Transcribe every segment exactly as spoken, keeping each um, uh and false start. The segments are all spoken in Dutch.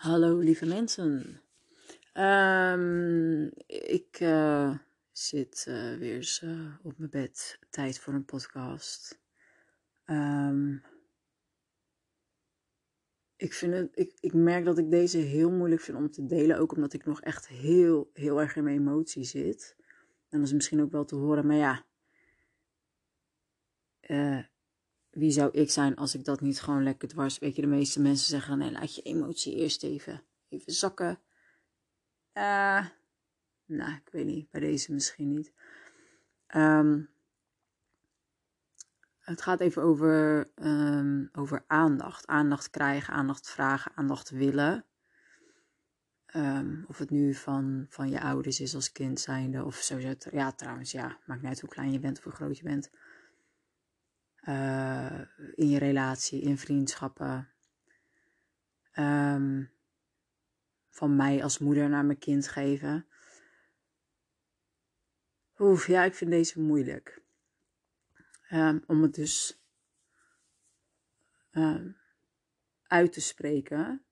Hallo lieve mensen. Um, ik uh, zit uh, weer eens uh, op mijn bed. Tijd voor een podcast. Um, ik, vind het, ik, ik merk dat ik deze heel moeilijk vind om te delen. Ook omdat ik nog echt heel, heel erg in mijn emotie zit. En dat is misschien ook wel te horen. Maar ja. Uh, wie zou ik zijn als ik dat niet gewoon lekker dwars... Weet je, de meeste mensen zeggen... Nee, laat je emotie eerst even, even zakken. Eh... Uh, Nou, ik weet niet. Bij deze misschien niet. Um, het gaat even over, um, over aandacht. Aandacht krijgen, aandacht vragen, aandacht willen. Um, of het nu van, van je ouders is als kind zijnde. Of sowieso, ja trouwens, ja. Maakt niet uit hoe klein je bent of hoe groot je bent. Uh, in je relatie, in vriendschappen. Um, van mij als moeder naar mijn kind geven. Oef, ja, ik vind deze moeilijk. Um, om het dus um, uit te spreken.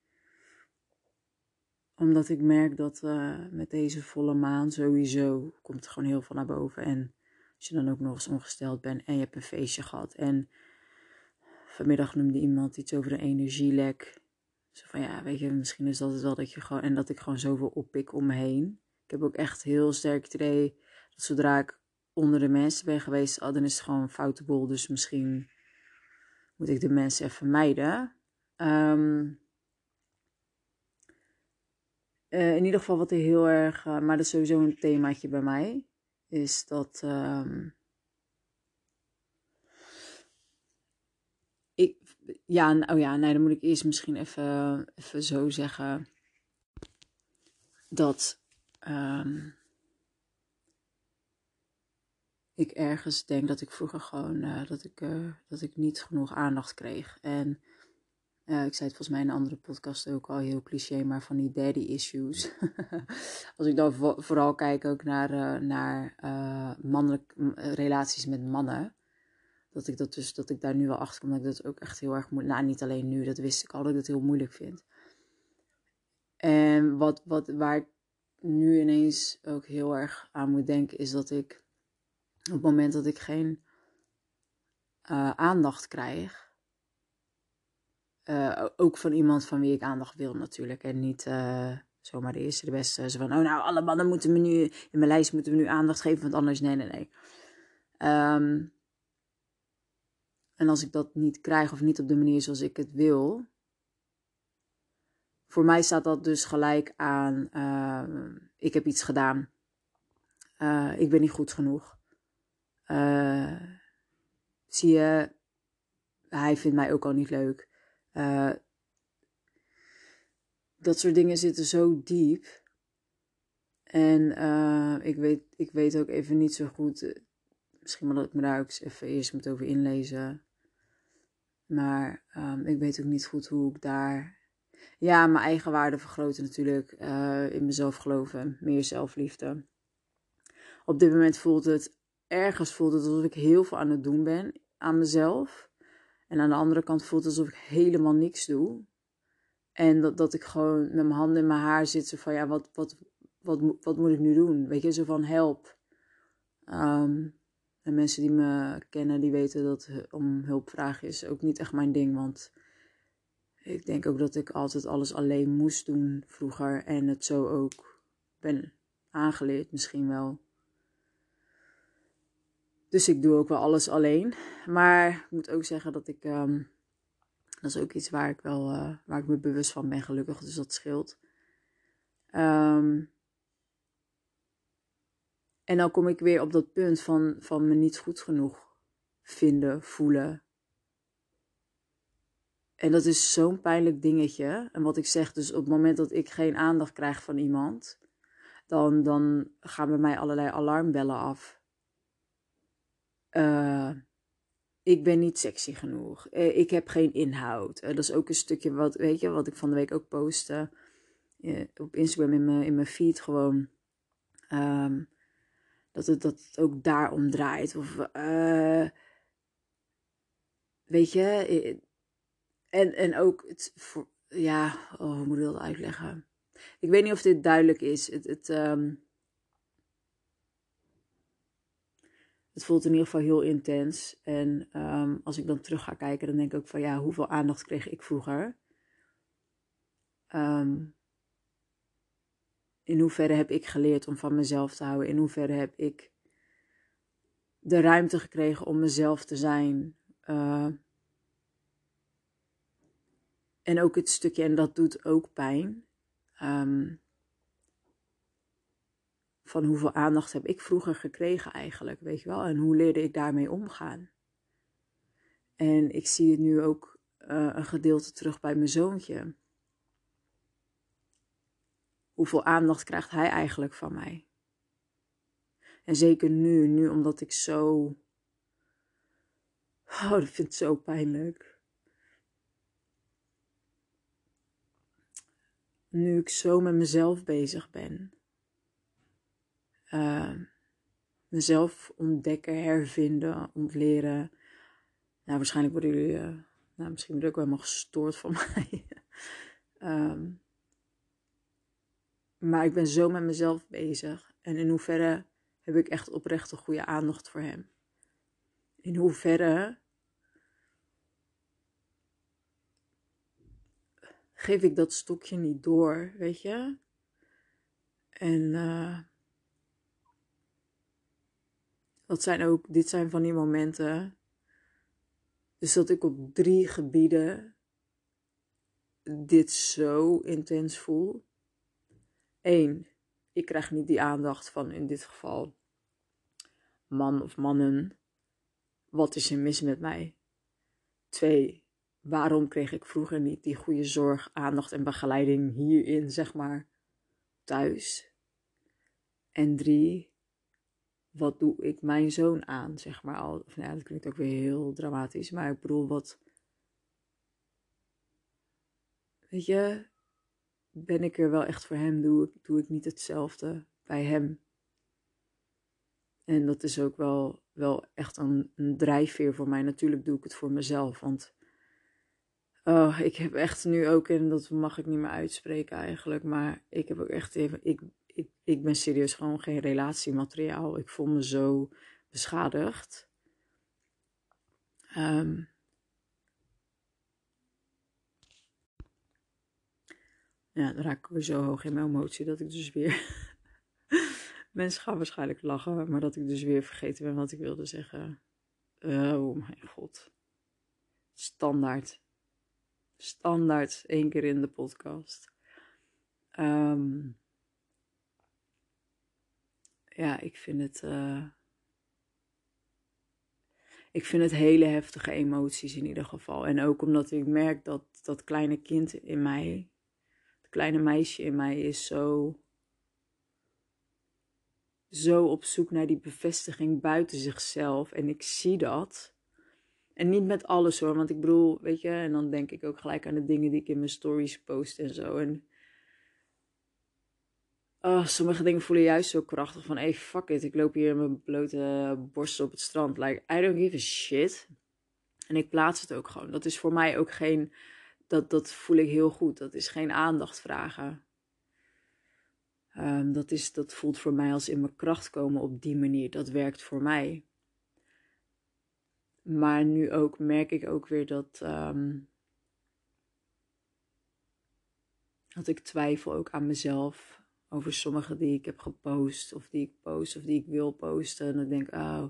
Omdat ik merk dat uh, met deze volle maan sowieso komt er gewoon heel veel naar boven. En als je dan ook nog eens ongesteld bent en je hebt een feestje gehad. En vanmiddag noemde iemand iets over een energielek. Zo van ja, weet je, misschien is dat het wel dat je gewoon... En dat ik gewoon zoveel oppik om me heen. Ik heb ook echt heel sterk het idee dat zodra ik onder de mensen ben geweest, oh, dan is het gewoon een foute boel. Dus misschien moet ik de mensen even mijden. Um, Uh, in ieder geval wat er heel erg, uh, maar dat is sowieso een themaatje bij mij, is dat um, ik, ja, oh ja, nee, dan moet ik eerst misschien even, even zo zeggen dat um, ik ergens denk dat ik vroeger gewoon, uh, dat ik, uh, dat ik niet genoeg aandacht kreeg. En uh, ik zei het volgens mij in een andere podcast ook al, heel cliché, maar van die daddy issues. Als ik dan vo- vooral kijk ook naar, uh, naar uh, mannelijk, uh, relaties met mannen. Dat ik, dat, dus, dat ik daar nu wel achter kom. Dat ik dat ook echt heel erg moeilijk... Nou, niet alleen nu. Dat wist ik al. Dat ik dat heel moeilijk vind. En wat, wat, waar ik nu ineens ook heel erg aan moet denken... is dat ik op het moment dat ik geen uh, aandacht krijg... Uh, ook van iemand van wie ik aandacht wil natuurlijk. En niet uh, zomaar de eerste, de beste. Zo van, oh nou, alle mannen moeten me nu... In mijn lijst moeten we nu aandacht geven. Want anders, nee, nee, nee. Um, en als ik dat niet krijg of niet op de manier zoals ik het wil... Voor mij staat dat dus gelijk aan, uh, ik heb iets gedaan. Uh, ik ben niet goed genoeg. Uh, zie je, hij vindt mij ook al niet leuk. Uh, dat soort dingen zitten zo diep. En uh, ik, weet, ik weet ook even niet zo goed, uh, misschien wel dat ik me daar ook even eerst moet over inlezen. Maar um, ik weet ook niet goed hoe ik daar... Ja, mijn eigen waarde vergroten natuurlijk. Uh, in mezelf geloven. Meer zelfliefde. Op dit moment voelt het, ergens voelt het alsof ik heel veel aan het doen ben aan mezelf. En aan de andere kant voelt het alsof ik helemaal niks doe. En dat, dat ik gewoon met mijn handen in mijn haar zit. Zo van ja, wat, wat, wat, wat, wat moet ik nu doen? Weet je, zo van help. Um, en mensen die me kennen, die weten dat om hulp vragen is ook niet echt mijn ding. Want ik denk ook dat ik altijd alles alleen moest doen vroeger. En het zo ook ben aangeleerd misschien wel. Dus ik doe ook wel alles alleen. Maar ik moet ook zeggen dat ik... Um, dat is ook iets waar ik wel... Uh, waar ik me bewust van ben gelukkig. Dus dat scheelt. Um, en dan kom ik weer op dat punt van, van me niet goed genoeg vinden, voelen. En dat is zo'n pijnlijk dingetje. En wat ik zeg, dus op het moment dat ik geen aandacht krijg van iemand... Dan, dan gaan bij mij allerlei alarmbellen af. Uh, ik ben niet sexy genoeg. Uh, ik heb geen inhoud. Uh, dat is ook een stukje wat, weet je, wat ik van de week ook postte. Uh, op Instagram in mijn, in mijn feed gewoon. Um, dat, het, dat het ook daarom draait. Of, uh, weet je. Uh, en, en ook, het, voor, ja, oh, hoe moet ik dat uitleggen? Ik weet niet of dit duidelijk is. Het, het, um, het voelt in ieder geval heel intens. En um, als ik dan terug ga kijken, dan denk ik ook van ja, hoeveel aandacht kreeg ik vroeger? Um, in hoeverre heb ik geleerd om van mezelf te houden? In hoeverre heb ik de ruimte gekregen om mezelf te zijn? Uh, en ook het stukje, en dat doet ook pijn. Um, van hoeveel aandacht heb ik vroeger gekregen eigenlijk, weet je wel? En hoe leerde ik daarmee omgaan? En ik zie het nu ook uh, een gedeelte terug bij mijn zoontje. Hoeveel aandacht krijgt hij eigenlijk van mij? En zeker nu, nu omdat ik zo... Oh, dat vind ik zo pijnlijk. Nu ik zo met mezelf bezig ben. Uh, mezelf ontdekken, hervinden, ontleren. Nou, waarschijnlijk worden jullie... Uh, nou, misschien ben ik ook wel helemaal gestoord van mij. um, maar ik ben zo met mezelf bezig. En in hoeverre heb ik echt oprecht een goede aandacht voor hem? In hoeverre geef ik dat stokje niet door, weet je? En uh, dat zijn ook, dit zijn van die momenten. Dus dat ik op drie gebieden dit zo intens voel. Eén, ik krijg niet die aandacht van in dit geval man of mannen. Wat is er mis met mij? Twee, waarom kreeg ik vroeger niet die goede zorg, aandacht en begeleiding hierin, zeg maar, thuis? En drie, wat doe ik mijn zoon aan, zeg maar al. Of nou ja, dat klinkt ook weer heel dramatisch, maar ik bedoel, wat... Weet je, ben ik er wel echt voor hem? Doe ik, doe ik niet hetzelfde bij hem? En dat is ook wel, wel echt een, een drijfveer voor mij. Natuurlijk doe ik het voor mezelf, want... Oh, ik heb echt nu ook, en dat mag ik niet meer uitspreken eigenlijk, maar ik heb ook echt even... Ik, ik, ik ben serieus gewoon geen relatiemateriaal. Ik voel me zo beschadigd. Um, ja, dan raak ik weer zo hoog in mijn emotie dat ik dus weer... Mensen gaan waarschijnlijk lachen, maar dat ik dus weer vergeten ben wat ik wilde zeggen. Oh mijn god. Standaard. Standaard één keer in de podcast. Um, ja, ik vind het... Uh, ik vind het hele heftige emoties in ieder geval. En ook omdat ik merk dat dat kleine kind in mij... Het kleine meisje in mij is zo... Zo op zoek naar die bevestiging buiten zichzelf. En ik zie dat. En niet met alles hoor. Want ik bedoel, weet je. En dan denk ik ook gelijk aan de dingen die ik in mijn stories post en zo. En oh, sommige dingen voelen juist zo krachtig. Van, hey, fuck it. Ik loop hier in mijn blote borst op het strand. Like, I don't give a shit. En ik plaats het ook gewoon. Dat is voor mij ook geen... Dat, dat voel ik heel goed. Dat is geen aandacht vragen. Um, dat, is, dat voelt voor mij als in mijn kracht komen op die manier. Dat werkt voor mij. Maar nu ook merk ik ook weer dat... Um, dat ik twijfel ook aan mezelf. Over sommige die ik heb gepost. Of die ik post. Of die ik wil posten. En dan denk ik, oh...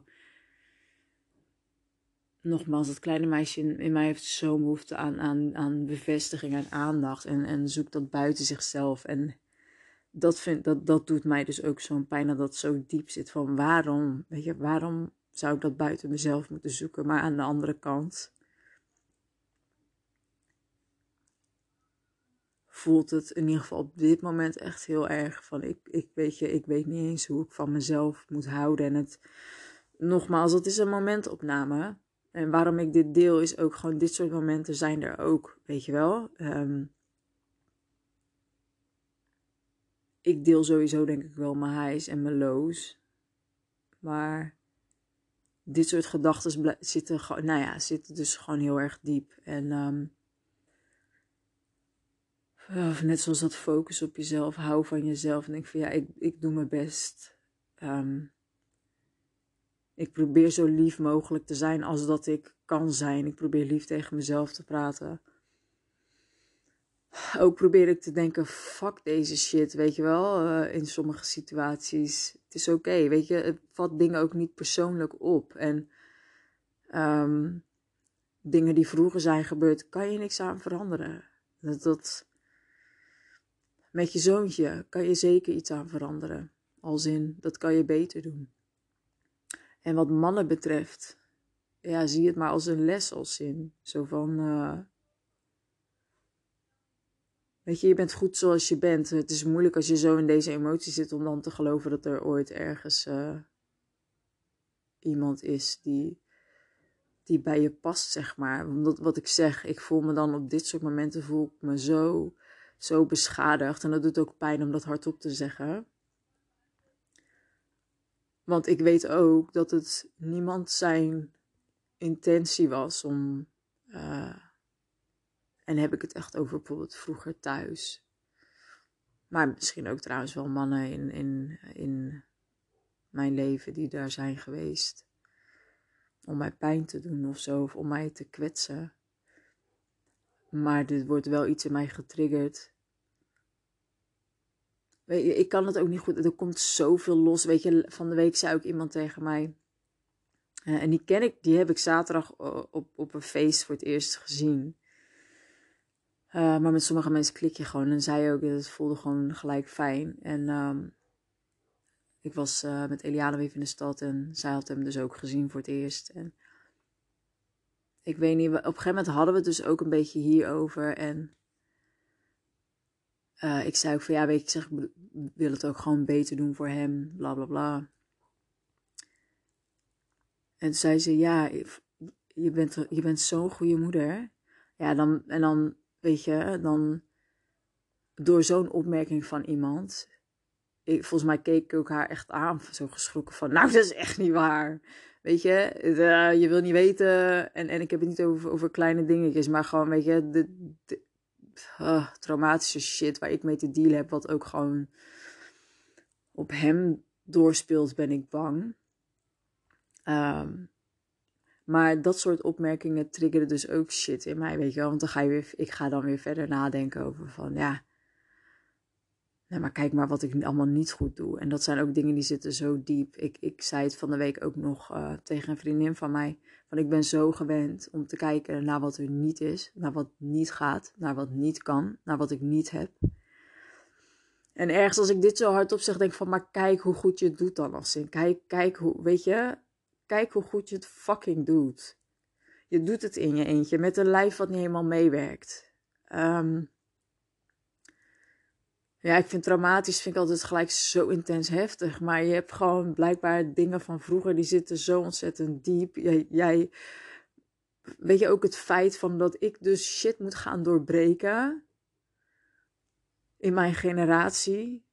Nogmaals, dat kleine meisje in, in mij heeft zo'n behoefte aan, aan, aan bevestiging en aandacht. En, en zoekt dat buiten zichzelf. En dat, vind, dat, dat doet mij dus ook zo'n pijn dat dat zo diep zit. Van waarom, weet je, waarom zou ik dat buiten mezelf moeten zoeken? Maar aan de andere kant voelt het in ieder geval op dit moment echt heel erg van... Ik, ik, weet je, ik weet niet eens hoe ik van mezelf moet houden. En het, nogmaals, het is een momentopname. En waarom ik dit deel is ook gewoon, dit soort momenten zijn er ook, weet je wel. Um, ik deel sowieso denk ik wel mijn highs en mijn lows. Maar dit soort gedachten zitten, nou ja, zitten dus gewoon heel erg diep. En um, Of net zoals dat focus op jezelf, hou van jezelf. En denk van ja, ik, ik doe mijn best. Um, ik probeer zo lief mogelijk te zijn als dat ik kan zijn. Ik probeer lief tegen mezelf te praten. Ook probeer ik te denken, fuck deze shit, weet je wel, uh, in sommige situaties. Het is oké, okay, weet je, het vat dingen ook niet persoonlijk op. En um, dingen die vroeger zijn gebeurd, kan je niks aan veranderen. Dat, dat, met je zoontje kan je zeker iets aan veranderen. Als in, dat kan je beter doen. En wat mannen betreft, ja, zie het maar als een les als zin. Zo van... Uh, Weet je, je bent goed zoals je bent. Het is moeilijk als je zo in deze emotie zit om dan te geloven dat er ooit ergens uh, iemand is die, die bij je past, zeg maar. Omdat wat ik zeg, ik voel me dan op dit soort momenten voel ik me zo, zo beschadigd. En dat doet ook pijn om dat hardop te zeggen. Want ik weet ook dat het niemand zijn intentie was om... Uh, En heb ik het echt over bijvoorbeeld vroeger thuis. Maar misschien ook trouwens wel mannen in, in, in mijn leven die daar zijn geweest. Om mij pijn te doen of zo. Of om mij te kwetsen. Maar dit wordt wel iets in mij getriggerd. Weet je, ik kan het ook niet goed. Er komt zoveel los. Weet je, van de week zei ook iemand tegen mij. Uh, en die ken ik, die heb ik zaterdag op, op een feest voor het eerst gezien. Uh, maar met sommige mensen klik je gewoon. En zij ook, het voelde gewoon gelijk fijn. En um, ik was uh, met Eliane even in de stad. En zij had hem dus ook gezien voor het eerst. En ik weet niet, op een gegeven moment hadden we het dus ook een beetje hierover. En uh, ik zei ook van ja, weet je, ik zeg, ik wil het ook gewoon beter doen voor hem. Bla bla bla. En toen zei ze, ja, je bent, je bent zo'n goede moeder. Ja, dan, en dan, weet je, dan door zo'n opmerking van iemand... Ik, volgens mij keek ik ook haar echt aan, zo geschrokken van, nou, dat is echt niet waar. Weet je, uh, je wil niet weten, en, en ik heb het niet over, over kleine dingetjes, maar gewoon, weet je, de, de uh, traumatische shit waar ik mee te dealen heb, wat ook gewoon op hem doorspeelt, ben ik bang. Um, maar dat soort opmerkingen triggeren dus ook shit in mij, weet je wel, want dan ga je weer, ik ga dan weer verder nadenken over van, ja... Nee, maar kijk maar wat ik allemaal niet goed doe. En dat zijn ook dingen die zitten zo diep. Ik, ik zei het van de week ook nog uh, tegen een vriendin van mij. Van ik ben zo gewend om te kijken naar wat er niet is. Naar wat niet gaat. Naar wat niet kan. Naar wat ik niet heb. En ergens als ik dit zo hardop zeg, denk ik van... Maar kijk hoe goed je het doet dan als zin. Kijk, kijk hoe, weet je... Kijk hoe goed je het fucking doet. Je doet het in je eentje. Met een lijf wat niet helemaal meewerkt. Um, Ja, ik vind traumatisch, vind ik altijd gelijk zo intens heftig. Maar je hebt gewoon blijkbaar dingen van vroeger, die zitten zo ontzettend diep. Jij, jij, weet je ook het feit van dat ik dus shit moet gaan doorbreken. In mijn generatie.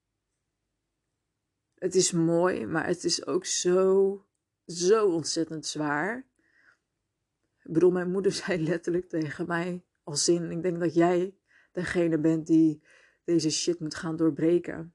Het is mooi, maar het is ook zo, zo ontzettend zwaar. Ik bedoel, mijn moeder zei letterlijk tegen mij, als zin, ik denk dat jij degene bent die... deze shit moet gaan doorbreken.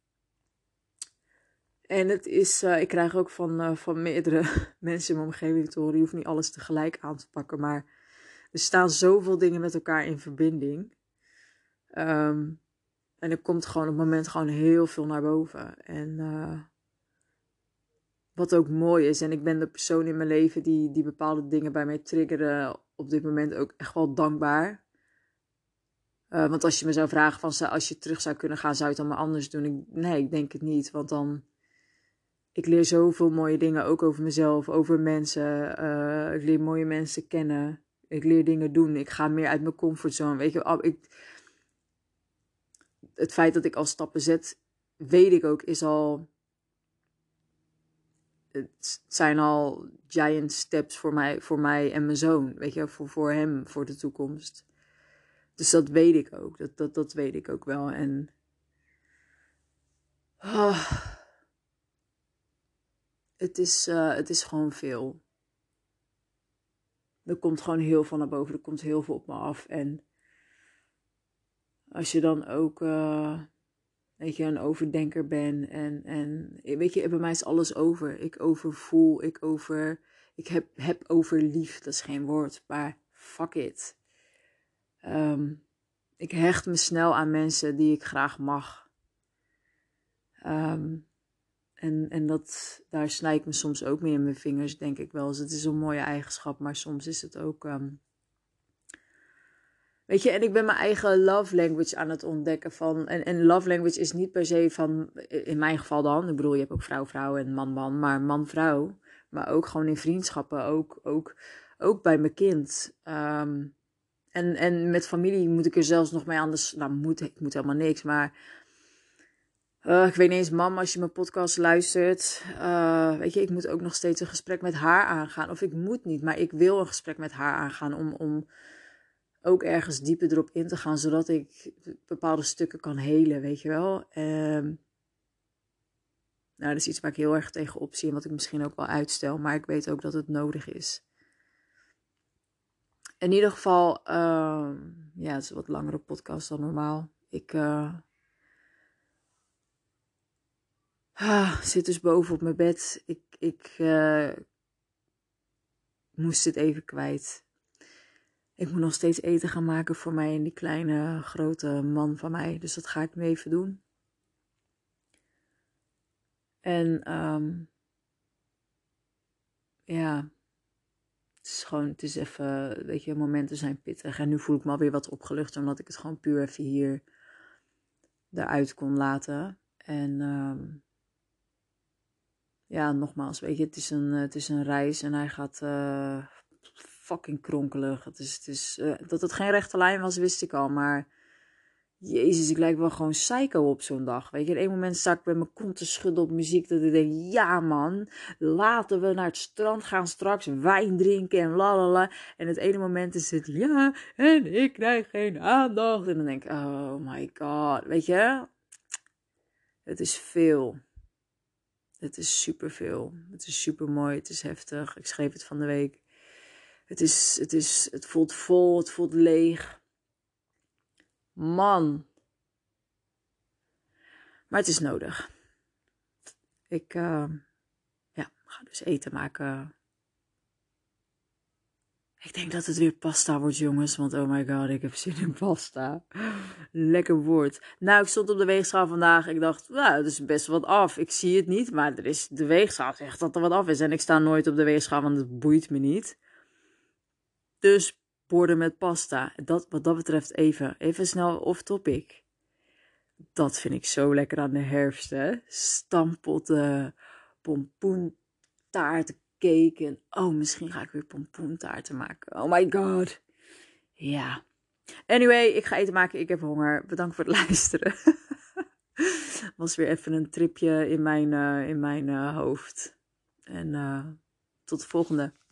En het is, uh, ik krijg ook van, uh, van meerdere mensen in mijn omgeving te horen, je hoeft niet alles tegelijk aan te pakken, maar er staan zoveel dingen met elkaar in verbinding. Um, en er komt gewoon op het moment gewoon heel veel naar boven. En uh, wat ook mooi is, en ik ben de persoon in mijn leven die, die bepaalde dingen bij mij triggeren, op dit moment ook echt wel dankbaar. Uh, want als je me zou vragen van, als je terug zou kunnen gaan, zou je het dan maar anders doen? Ik, nee, ik denk het niet. Want dan, ik leer zoveel mooie dingen, ook over mezelf, over mensen. Uh, ik leer mooie mensen kennen. Ik leer dingen doen. Ik ga meer uit mijn comfortzone. Weet je, ik, het feit dat ik al stappen zet, weet ik ook, is al, het zijn al giant steps voor mij, voor mij en mijn zoon. Weet je, voor, voor hem, voor de toekomst. Dus dat weet ik ook. Dat, dat, dat weet ik ook wel. En... Oh, het, is, uh, het is gewoon veel. Er komt gewoon heel veel naar boven. Er komt heel veel op me af. En... als je dan ook, uh, weet je, een overdenker bent. En, en weet je, bij mij is alles over. Ik overvoel, ik over, ik heb, heb over lief. Dat is geen woord, maar fuck it. Um, ik hecht me snel aan mensen die ik graag mag. Um, en, en dat, daar snij ik me soms ook mee in mijn vingers, denk ik wel. Dus het is een mooie eigenschap, maar soms is het ook... Um, weet je, en ik ben mijn eigen love language aan het ontdekken van... En, en love language is niet per se van, in mijn geval dan... Ik bedoel, je hebt ook vrouw-vrouw en man-man, maar man-vrouw. Maar ook gewoon in vriendschappen, ook, ook, ook bij mijn kind. Um, en, en met familie moet ik er zelfs nog mee aan de... Nou, moet, ik moet helemaal niks, maar... Uh, ik weet niet eens, mam, als je mijn podcast luistert, uh, weet je, ik moet ook nog steeds een gesprek met haar aangaan. Of ik moet niet, maar ik wil een gesprek met haar aangaan om, om ook ergens dieper erop in te gaan, zodat ik bepaalde stukken kan helen, weet je wel. Uh, nou, dat is iets waar ik heel erg tegenop zie en wat ik misschien ook wel uitstel, maar ik weet ook dat het nodig is. In ieder geval, uh, ja, het is een wat langere podcast dan normaal. Ik... Uh, Ah, zit dus boven op mijn bed. Ik, ik uh, moest het even kwijt. Ik moet nog steeds eten gaan maken voor mij en die kleine grote man van mij. Dus dat ga ik nu even doen. En um, ja, het is gewoon, het is even, weet je, momenten zijn pittig. En nu voel ik me alweer wat opgelucht, omdat ik het gewoon puur even hier eruit kon laten. En... Um, Ja, nogmaals, weet je, het is een, het is een reis en hij gaat uh, fucking kronkelig. Het is, het is, uh, dat het geen rechte lijn was, wist ik al, maar jezus, ik lijk wel gewoon psycho op zo'n dag. Weet je, in één moment sta ik met mijn kont te schudden op muziek, dat ik denk, ja man, laten we naar het strand gaan straks, wijn drinken en lalala. En het ene moment is het, ja, en ik krijg geen aandacht. En dan denk ik, oh my god, weet je, het is veel. Het is superveel. Het is super mooi. Het is heftig. Ik schreef het van de week. Het is, het is, het voelt vol. Het voelt leeg. Man. Maar het is nodig. Ik, uh, ja, ga dus eten maken. Ik denk dat het weer pasta wordt, jongens. Want oh my god, ik heb zin in pasta. Lekker woord. Nou, ik stond op de weegschaal vandaag. Ik dacht, nou, het is best wat af. Ik zie het niet, maar er is, de weegschaal zegt dat er wat af is. En ik sta nooit op de weegschaal, want het boeit me niet. Dus borden met pasta. Dat, wat dat betreft even, even snel off topic. Dat vind ik zo lekker aan de herfst, hè. Stampotten, pompoentaarten. En oh, misschien ga ik weer pompoentaarten maken. Oh my god. Ja. Anyway, ik ga eten maken. Ik heb honger. Bedankt voor het luisteren. Was weer even een tripje in mijn, uh, in mijn uh, hoofd. En uh, tot de volgende.